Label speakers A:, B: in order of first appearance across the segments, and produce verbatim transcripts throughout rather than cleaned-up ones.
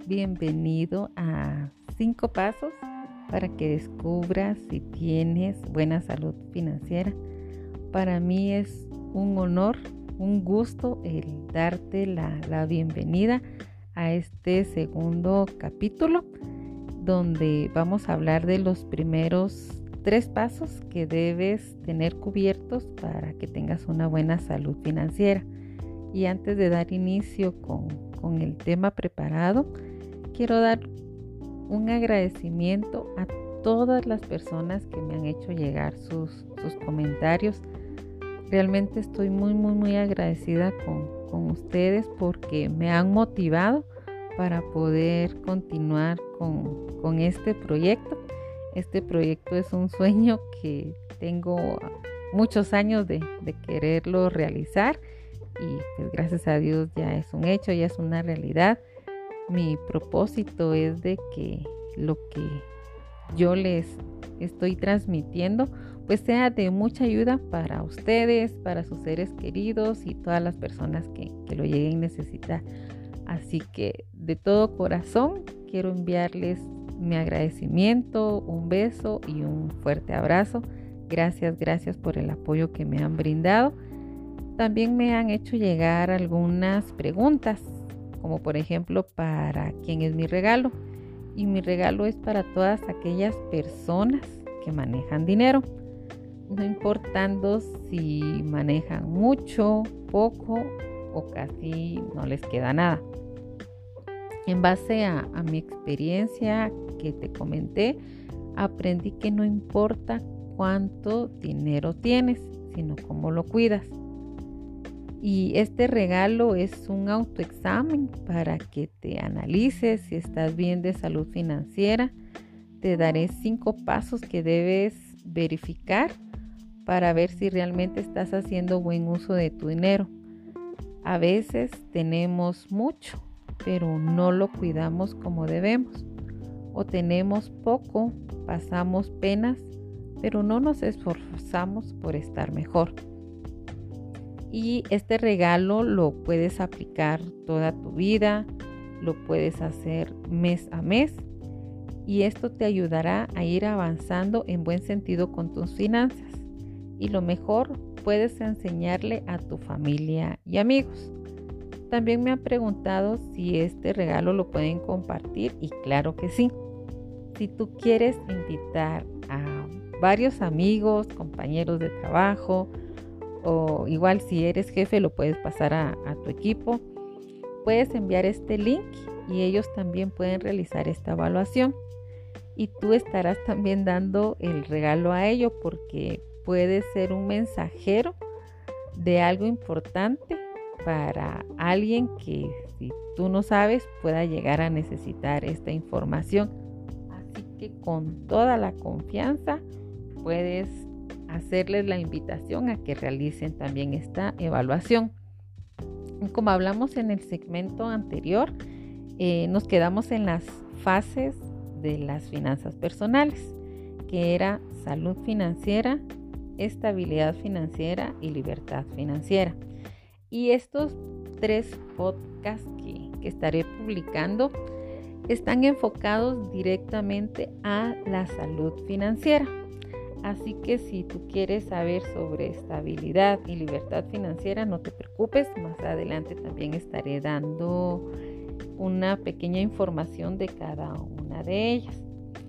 A: bienvenido a cinco pasos para que descubras si tienes buena salud financiera. Para mí es un honor, un gusto el darte la, la bienvenida a este segundo capítulo, donde vamos a hablar de los primeros tres pasos que debes tener cubiertos para que tengas una buena salud financiera. Y antes de dar inicio con, con el tema preparado, quiero dar un agradecimiento a todas las personas que me han hecho llegar sus, sus comentarios. Realmente estoy muy, muy, muy agradecida con, con ustedes porque me han motivado para poder continuar con, con este proyecto. Este proyecto es un sueño que tengo muchos años de, de quererlo realizar. Y pues gracias a Dios ya es un hecho, ya es una realidad. Mi propósito es de que lo que yo les estoy transmitiendo pues sea de mucha ayuda para ustedes, para sus seres queridos y todas las personas que, que lo lleguen a necesitar. Así que de todo corazón quiero enviarles mi agradecimiento, un beso y un fuerte abrazo. Gracias, gracias por el apoyo que me han brindado. También me han hecho llegar algunas preguntas, como por ejemplo, ¿para quién es mi regalo? Y mi regalo es para todas aquellas personas que manejan dinero, no importando si manejan mucho, poco o casi no les queda nada. En base a, a mi experiencia que te comenté, aprendí que no importa cuánto dinero tienes, sino cómo lo cuidas. Y este regalo es un autoexamen para que te analices si estás bien de salud financiera. Te daré cinco pasos que debes verificar para ver si realmente estás haciendo buen uso de tu dinero. A veces tenemos mucho, pero no lo cuidamos como debemos. O tenemos poco, pasamos penas, pero no nos esforzamos por estar mejor. Y este regalo lo puedes aplicar toda tu vida, lo puedes hacer mes a mes y esto te ayudará a ir avanzando en buen sentido con tus finanzas. Y lo mejor, puedes enseñarle a tu familia y amigos. También me han preguntado si este regalo lo pueden compartir y claro que sí. Si tú quieres invitar a varios amigos, compañeros de trabajo, o igual si eres jefe lo puedes pasar a, a tu equipo, puedes enviar este link y ellos también pueden realizar esta evaluación y tú estarás también dando el regalo a ellos porque puedes ser un mensajero de algo importante para alguien que si tú no sabes pueda llegar a necesitar esta información. Así que con toda la confianza puedes hacerles la invitación a que realicen también esta evaluación. Como hablamos en el segmento anterior, eh, nos quedamos en las fases de las finanzas personales, que era salud financiera, estabilidad financiera y libertad financiera. Y estos tres podcasts que, que estaré publicando están enfocados directamente a la salud financiera. Así que si tú quieres saber sobre estabilidad y libertad financiera, no te preocupes, más adelante también estaré dando una pequeña información de cada una de ellas.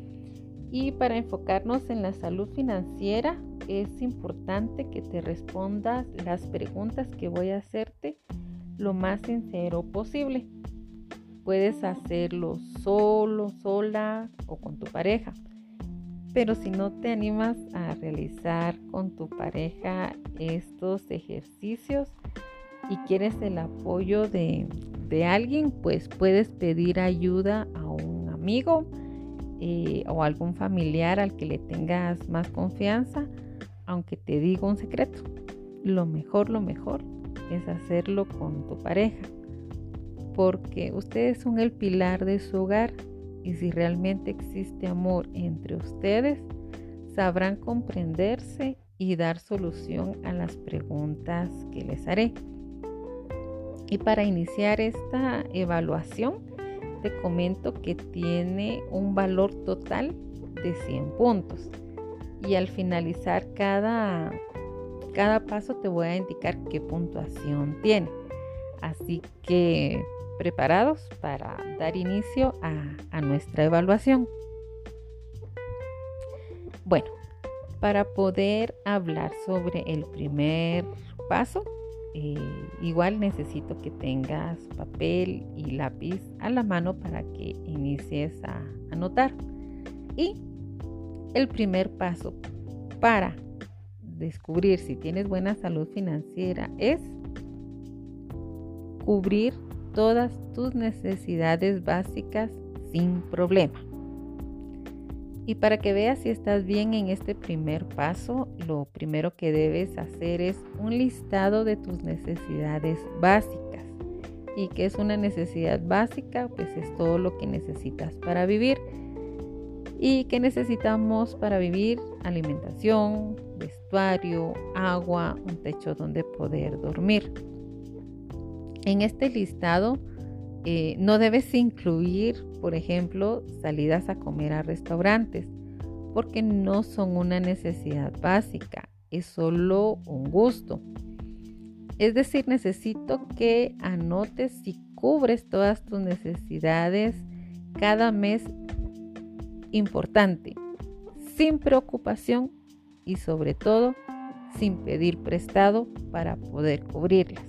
A: Y para enfocarnos en la salud financiera, es importante que te respondas las preguntas que voy a hacerte lo más sincero posible. Puedes hacerlo solo, sola o con tu pareja. Pero si no te animas a realizar con tu pareja estos ejercicios y quieres el apoyo de, de alguien, pues puedes pedir ayuda a un amigo eh, o algún familiar al que le tengas más confianza, aunque te digo un secreto. Lo mejor, lo mejor es hacerlo con tu pareja, porque ustedes son el pilar de su hogar. Y si realmente existe amor entre ustedes, sabrán comprenderse y dar solución a las preguntas que les haré. Y para iniciar esta evaluación, te comento que tiene un valor total de cien puntos. Y al finalizar cada, cada paso te voy a indicar qué puntuación tiene. Así que preparados para dar inicio a, a nuestra evaluación. Bueno, para poder hablar sobre el primer paso, eh, igual necesito que tengas papel y lápiz a la mano para que inicies a anotar. Y el primer paso para descubrir si tienes buena salud financiera es cubrir todas tus necesidades básicas sin problema. Y para que veas si estás bien en este primer paso, lo primero que debes hacer es un listado de tus necesidades básicas. ¿Y qué es una necesidad básica? Pues es todo lo que necesitas para vivir. ¿Y qué necesitamos para vivir? Alimentación, vestuario, agua, un techo donde poder dormir. En este listado eh, no debes incluir, por ejemplo, salidas a comer a restaurantes, porque no son una necesidad básica, es solo un gusto. Es decir, necesito que anotes si cubres todas tus necesidades cada mes importante, sin preocupación y sobre todo sin pedir prestado para poder cubrirlas.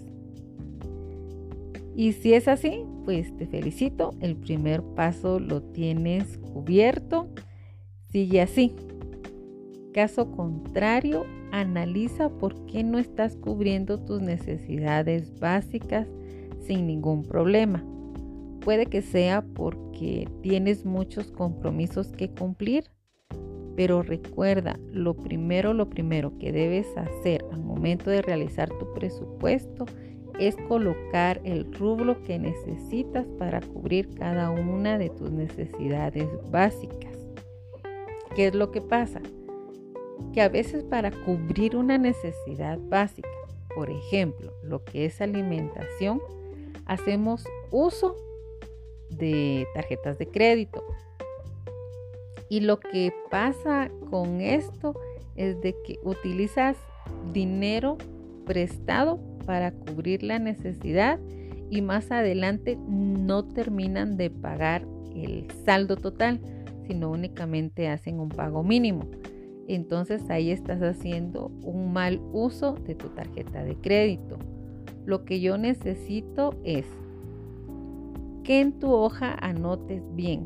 A: Y si es así, pues te felicito, el primer paso lo tienes cubierto, sigue así. Caso contrario, analiza por qué no estás cubriendo tus necesidades básicas sin ningún problema. Puede que sea porque tienes muchos compromisos que cumplir, pero recuerda, lo primero, lo primero que debes hacer al momento de realizar tu presupuesto es colocar el rubro que necesitas para cubrir cada una de tus necesidades básicas. ¿Qué es lo que pasa? Que a veces para cubrir una necesidad básica, por ejemplo, lo que es alimentación, hacemos uso de tarjetas de crédito. Y lo que pasa con esto es de que utilizas dinero prestado para cubrir la necesidad y más adelante no terminan de pagar el saldo total, sino únicamente hacen un pago mínimo. Entonces ahí estás haciendo un mal uso de tu tarjeta de crédito. Lo que yo necesito es que en tu hoja anotes bien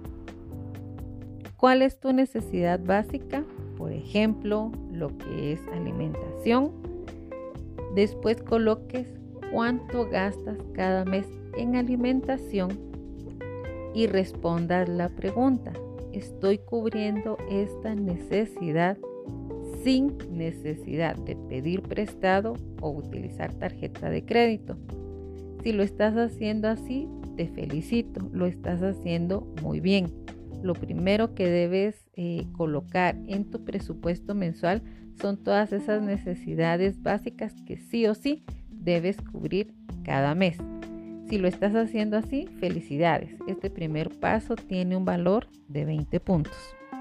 A: cuál es tu necesidad básica, por ejemplo, lo que es alimentación. Después coloques cuánto gastas cada mes en alimentación y respondas la pregunta: ¿estoy cubriendo esta necesidad sin necesidad de pedir prestado o utilizar tarjeta de crédito? Si lo estás haciendo así, te felicito, lo estás haciendo muy bien. Lo primero que debes eh, colocar en tu presupuesto mensual son todas esas necesidades básicas que sí o sí debes cubrir cada mes. Si lo estás haciendo así, felicidades. Este primer paso tiene un valor de veinte puntos.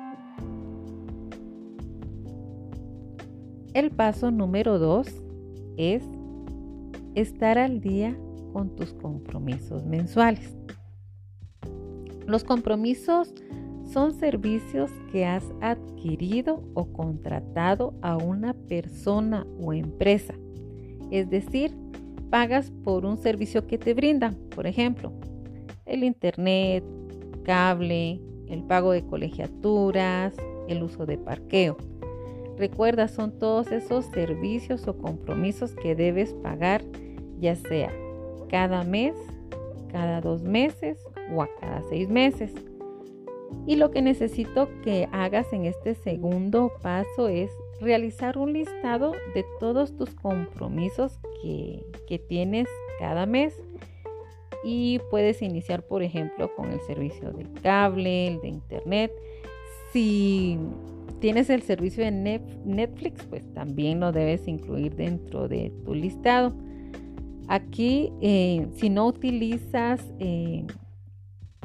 A: El paso número dos es estar al día con tus compromisos mensuales. Los compromisos son servicios que has adquirido o contratado a una persona o empresa. Es decir, pagas por un servicio que te brindan, por ejemplo, el internet, cable, el pago de colegiaturas, el uso de parqueo. Recuerda, son todos esos servicios o compromisos que debes pagar, ya sea cada mes, cada dos meses o a cada seis meses. Y lo que necesito que hagas en este segundo paso es realizar un listado de todos tus compromisos que, que tienes cada mes. Y puedes iniciar, por ejemplo, con el servicio del cable, el de internet. Si tienes el servicio de Netflix, pues también lo debes incluir dentro de tu listado. Aquí, eh, si no utilizas eh,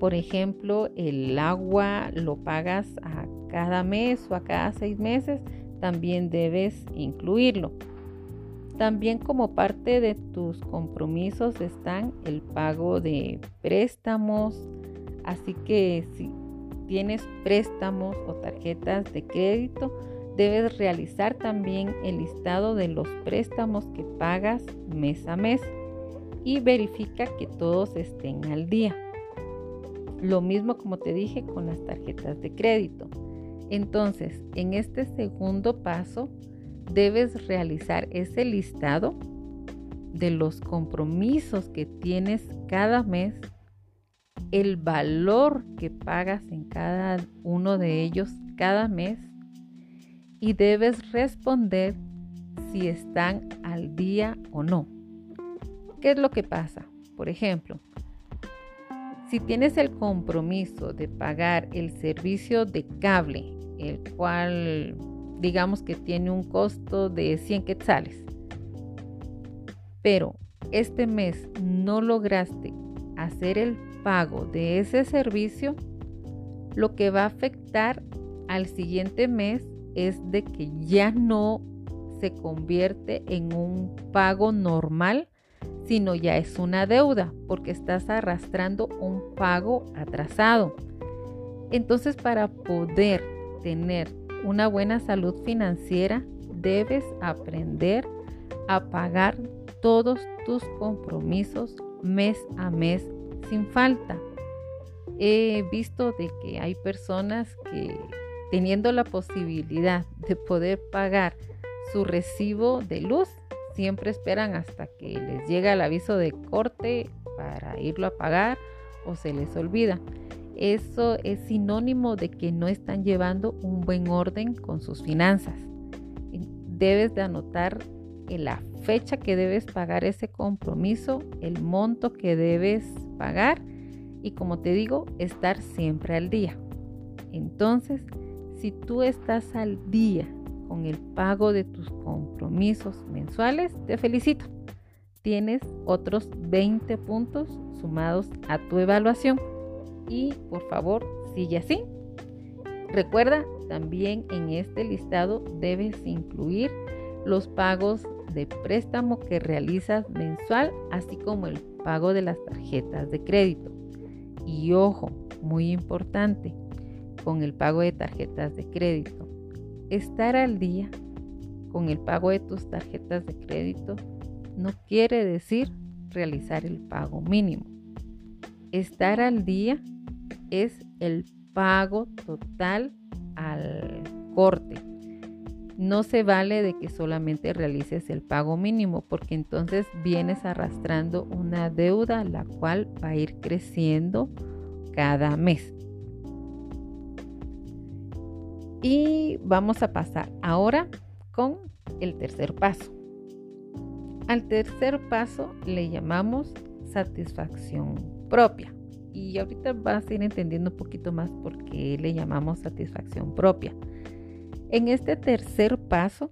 A: por ejemplo, el agua lo pagas a cada mes o a cada seis meses, también debes incluirlo. También como parte de tus compromisos están el pago de préstamos, así que si tienes préstamos o tarjetas de crédito, debes realizar también el listado de los préstamos que pagas mes a mes y verifica que todos estén al día. Lo mismo, como te dije, con las tarjetas de crédito. Entonces, en este segundo paso, debes realizar ese listado de los compromisos que tienes cada mes, el valor que pagas en cada uno de ellos cada mes y debes responder si están al día o no. ¿Qué es lo que pasa? Por ejemplo, si tienes el compromiso de pagar el servicio de cable, el cual digamos que tiene un costo de cien quetzales, pero este mes no lograste hacer el pago de ese servicio, lo que va a afectar al siguiente mes es de que ya no se convierte en un pago normal, sino ya es una deuda porque estás arrastrando un pago atrasado. Entonces, para poder tener una buena salud financiera, debes aprender a pagar todos tus compromisos mes a mes sin falta. He visto de que hay personas que, teniendo la posibilidad de poder pagar su recibo de luz, siempre esperan hasta que les llega el aviso de corte para irlo a pagar o se les olvida. Eso es sinónimo de que no están llevando un buen orden con sus finanzas. Debes de anotar en la fecha que debes pagar ese compromiso, el monto que debes pagar y, como te digo, estar siempre al día. Entonces, si tú estás al día con el pago de tus compromisos mensuales, te felicito. Tienes otros veinte puntos sumados a tu evaluación y por favor sigue así. Recuerda, también en este listado debes incluir los pagos de préstamo que realizas mensual, así como el pago de las tarjetas de crédito. Y ojo, muy importante, con el pago de tarjetas de crédito. Estar al día con el pago de tus tarjetas de crédito no quiere decir realizar el pago mínimo. Estar al día es el pago total al corte. No se vale de que solamente realices el pago mínimo, porque entonces vienes arrastrando una deuda la cual va a ir creciendo cada mes. Y vamos a pasar ahora con el tercer paso. Al tercer paso le llamamos satisfacción propia. Y ahorita vas a ir entendiendo un poquito más por qué le llamamos satisfacción propia. En este tercer paso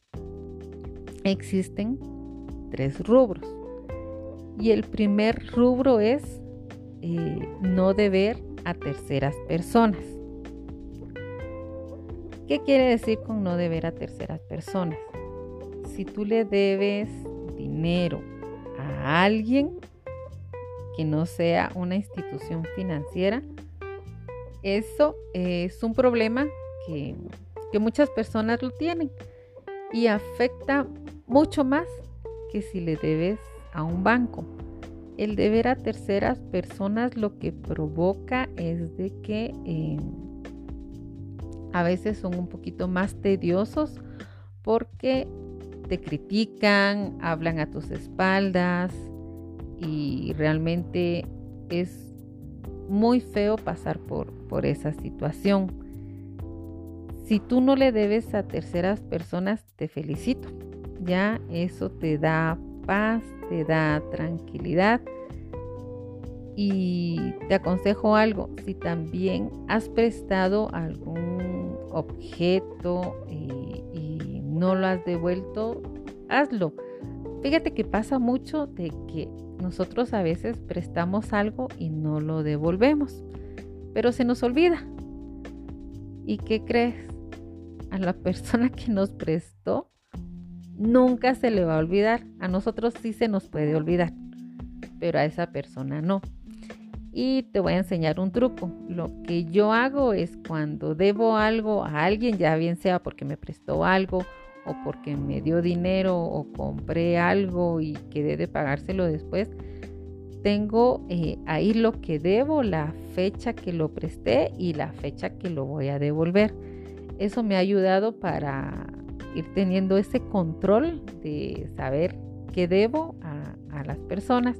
A: existen tres rubros. Y el primer rubro es eh, no deber a terceras personas. ¿Qué quiere decir con no deber a terceras personas? Si tú le debes dinero a alguien que no sea una institución financiera, eso es un problema que, que muchas personas lo tienen y afecta mucho más que si le debes a un banco. El deber a terceras personas lo que provoca es de que eh, a veces son un poquito más tediosos porque te critican, hablan a tus espaldas y realmente es muy feo pasar por, por esa situación. Si tú no le debes a terceras personas, te felicito. Ya eso te da paz, te da tranquilidad. Y te aconsejo algo, si también has prestado algún objeto y, y no lo has devuelto, hazlo. Fíjate que pasa mucho de que nosotros a veces prestamos algo y no lo devolvemos, pero se nos olvida. ¿Y qué crees? A la persona que nos prestó nunca se le va a olvidar. A nosotros sí se nos puede olvidar, pero a esa persona no. Y te voy a enseñar un truco. Lo que yo hago es cuando debo algo a alguien, ya bien sea porque me prestó algo o porque me dio dinero o compré algo y quedé de pagárselo después, tengo eh, ahí lo que debo, la fecha que lo presté y la fecha que lo voy a devolver. Eso me ha ayudado para ir teniendo ese control de saber qué debo a, a las personas.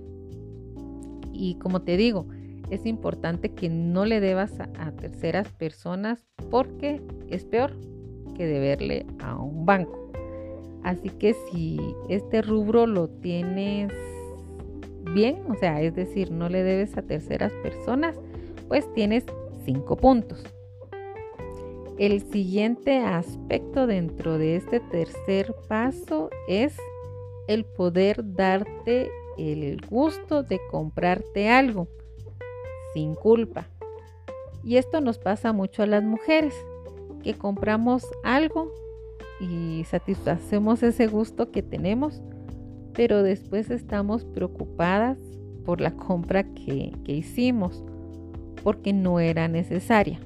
A: Y como te digo, es importante que no le debas a, a terceras personas porque es peor que deberle a un banco. Así que si este rubro lo tienes bien, o sea, es decir, no le debes a terceras personas, pues tienes cinco puntos. El siguiente aspecto dentro de este tercer paso es el poder darte el gusto de comprarte algo sin culpa. Y esto nos pasa mucho a las mujeres, que compramos algo y satisfacemos ese gusto que tenemos, pero después estamos preocupadas por la compra que, que hicimos, porque no era necesaria.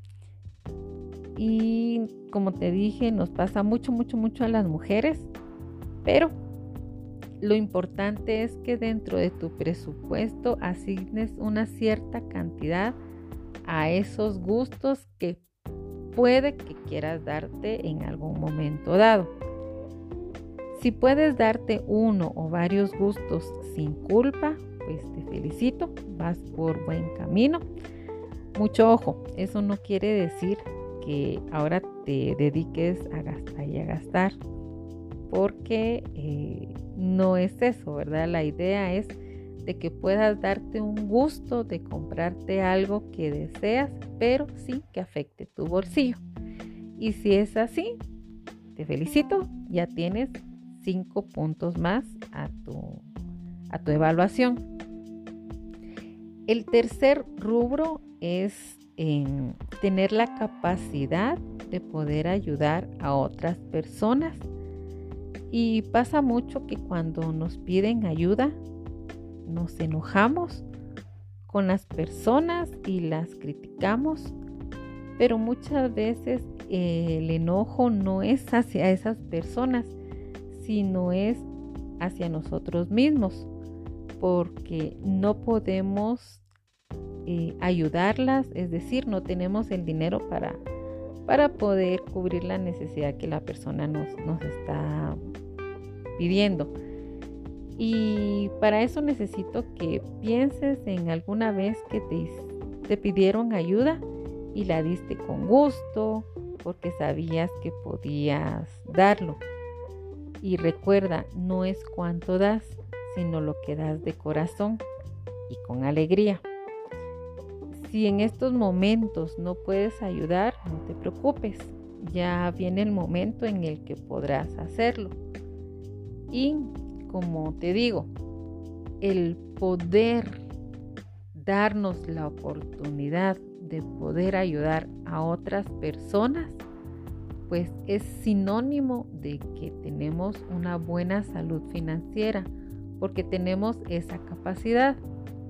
A: Y como te dije, nos pasa mucho, mucho, mucho a las mujeres, pero lo importante es que dentro de tu presupuesto asignes una cierta cantidad a esos gustos que puede que quieras darte en algún momento dado. Si puedes darte uno o varios gustos sin culpa, pues te felicito, vas por buen camino. Mucho ojo, eso no quiere decir que ahora te dediques a gastar y a gastar, porque eh, no es eso, ¿verdad? La idea es de que puedas darte un gusto de comprarte algo que deseas, pero sin que afecte tu bolsillo. Y si es así, te felicito, ya tienes cinco puntos más a tu, a tu evaluación. El tercer rubro es en tener la capacidad de poder ayudar a otras personas. Y pasa mucho que cuando nos piden ayuda, nos enojamos con las personas y las criticamos, pero muchas veces eh, el enojo no es hacia esas personas, sino es hacia nosotros mismos, porque no podemos eh, ayudarlas, es decir, no tenemos el dinero para, para poder cubrir la necesidad que la persona nos, nos está pidiendo. Y para eso necesito que pienses en alguna vez que te, te pidieron ayuda y la diste con gusto porque sabías que podías darlo. Y recuerda, no es cuánto das, sino lo que das de corazón y con alegría. Si en estos momentos no puedes ayudar, no te preocupes. Ya viene el momento en el que podrás hacerlo. Y como te digo, el poder darnos la oportunidad de poder ayudar a otras personas, pues es sinónimo de que tenemos una buena salud financiera, porque tenemos esa capacidad.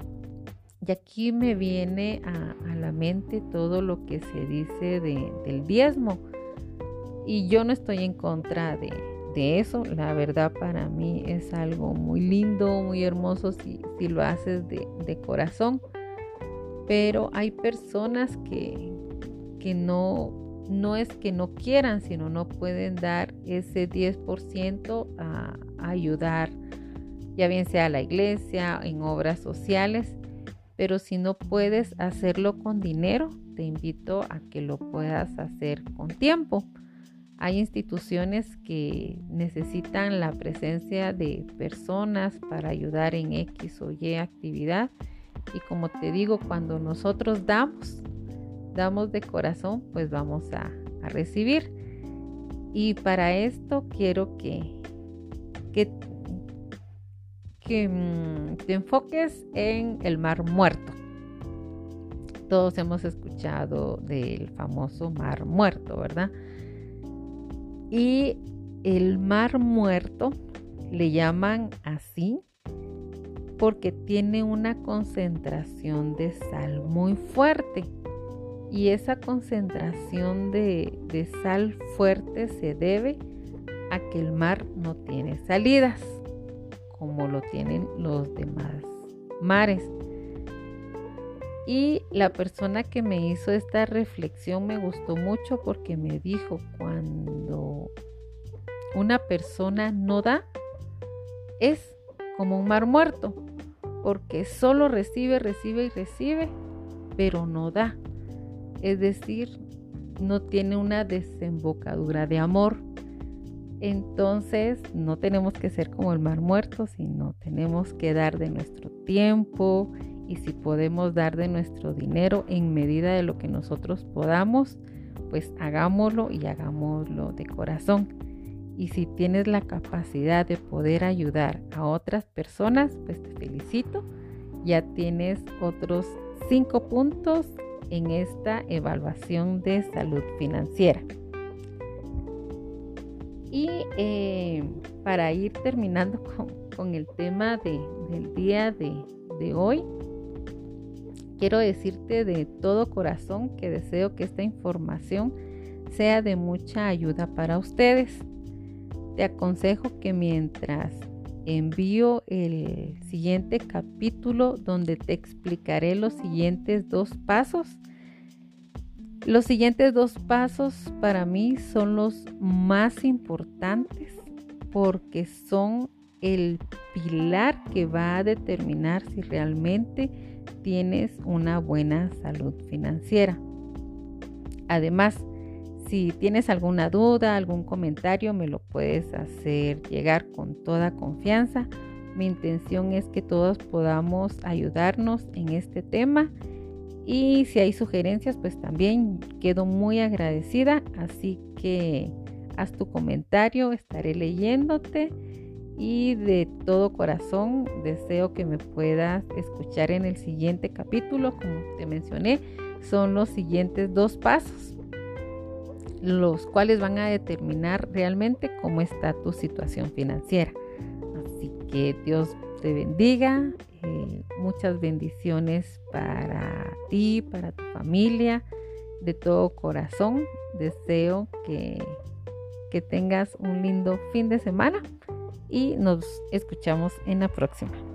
A: Y aquí me viene a, a la mente todo lo que se dice de, del diezmo. Y yo no estoy en contra de, de eso. La verdad, para mí es algo muy lindo, muy hermoso si, si lo haces de, de corazón. Pero hay personas que, que no, no es que no quieran, sino no pueden dar ese diez por ciento a, a ayudar, ya bien sea a la iglesia, en obras sociales. Pero si no puedes hacerlo con dinero, te invito a que lo puedas hacer con tiempo. Hay instituciones que necesitan la presencia de personas para ayudar en X o Y actividad. Y como te digo, cuando nosotros damos, damos de corazón, pues vamos a, a recibir. Y para esto quiero que, que, que mmm, te enfoques en el Mar Muerto. Todos hemos escuchado del famoso Mar Muerto, ¿verdad? Y el Mar Muerto le llaman así porque tiene una concentración de sal muy fuerte. Y esa concentración de, de sal fuerte se debe a que el mar no tiene salidas, como lo tienen los demás mares. Y la persona que me hizo esta reflexión me gustó mucho porque me dijo, cuando una persona no da, es como un mar muerto, porque solo recibe, recibe y recibe, pero no da. Es decir, no tiene una desembocadura de amor. Entonces, no tenemos que ser como el Mar Muerto, sino tenemos que dar de nuestro tiempo, y si podemos dar de nuestro dinero en medida de lo que nosotros podamos, pues hagámoslo y hagámoslo de corazón. Y si tienes la capacidad de poder ayudar a otras personas, pues te felicito. Ya tienes otros cinco puntos en esta evaluación de salud financiera. Y eh, para ir terminando con, con el tema de, del día de, de hoy, quiero decirte de todo corazón que deseo que esta información sea de mucha ayuda para ustedes. Te aconsejo que mientras envío el siguiente capítulo donde te explicaré los siguientes dos pasos, los siguientes dos pasos para mí son los más importantes porque son el pilar que va a determinar si realmente tienes una buena salud financiera. Además, si tienes alguna duda, algún comentario, me lo puedes hacer llegar con toda confianza. Mi intención es que todos podamos ayudarnos en este tema. Y si hay sugerencias, pues también quedo muy agradecida. Así que haz tu comentario, estaré leyéndote. Y de todo corazón deseo que me puedas escuchar en el siguiente capítulo. Como te mencioné, son los siguientes dos pasos, los cuales van a determinar realmente cómo está tu situación financiera. Así que Dios te bendiga, eh, muchas bendiciones para ti, para tu familia, de todo corazón. Deseo que, que tengas un lindo fin de semana y nos escuchamos en la próxima.